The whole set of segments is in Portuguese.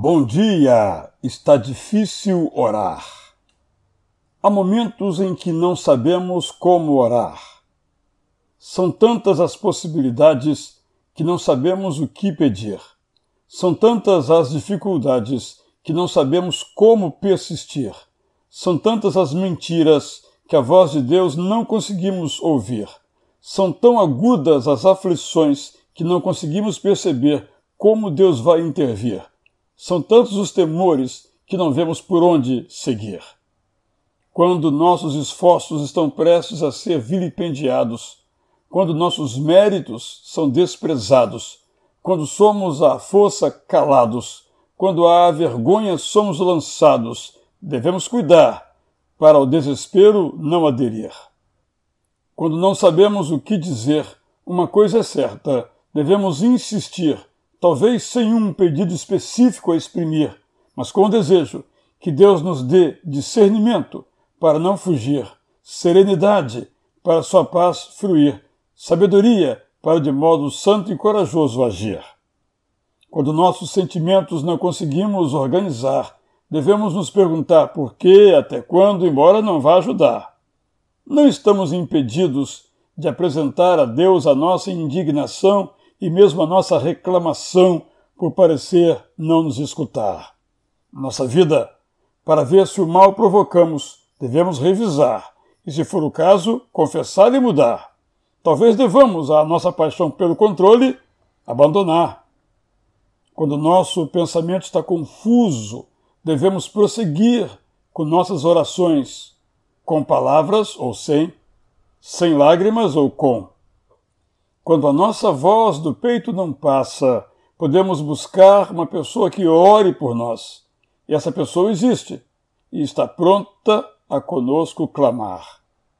Bom dia! Está difícil orar. Há momentos em que não sabemos como orar. São tantas as possibilidades que não sabemos o que pedir. São tantas as dificuldades que não sabemos como persistir. São tantas as mentiras que a voz de Deus não conseguimos ouvir. São tão agudas as aflições que não conseguimos perceber como Deus vai intervir. São tantos os temores que não vemos por onde seguir. Quando nossos esforços estão prestes a ser vilipendiados, quando nossos méritos são desprezados, quando somos à força calados, quando à vergonha somos lançados, devemos cuidar para o desespero não aderir. Quando não sabemos o que dizer, uma coisa é certa, devemos insistir, talvez sem um pedido específico a exprimir, mas com o desejo que Deus nos dê discernimento para não fugir, serenidade para sua paz fruir, sabedoria para de modo santo e corajoso agir. Quando nossos sentimentos não conseguimos organizar, devemos nos perguntar por que, até quando, embora não vá ajudar. Não estamos impedidos de apresentar a Deus a nossa indignação e mesmo a nossa reclamação por parecer não nos escutar. Nossa vida, para ver se o mal provocamos, devemos revisar e, se for o caso, confessar e mudar. Talvez devamos a nossa paixão pelo controle abandonar. Quando nosso pensamento está confuso, devemos prosseguir com nossas orações, com palavras ou sem lágrimas ou com. Quando a nossa voz do peito não passa, podemos buscar uma pessoa que ore por nós. E essa pessoa existe e está pronta a conosco clamar.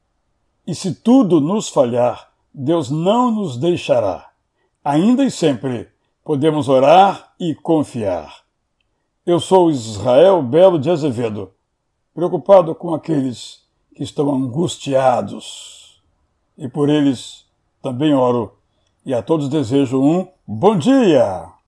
E se tudo nos falhar, Deus não nos deixará. Ainda e sempre podemos orar e confiar. Eu sou Israel Belo de Azevedo, preocupado com aqueles que estão angustiados. E por eles também oro. E a todos desejo um bom dia!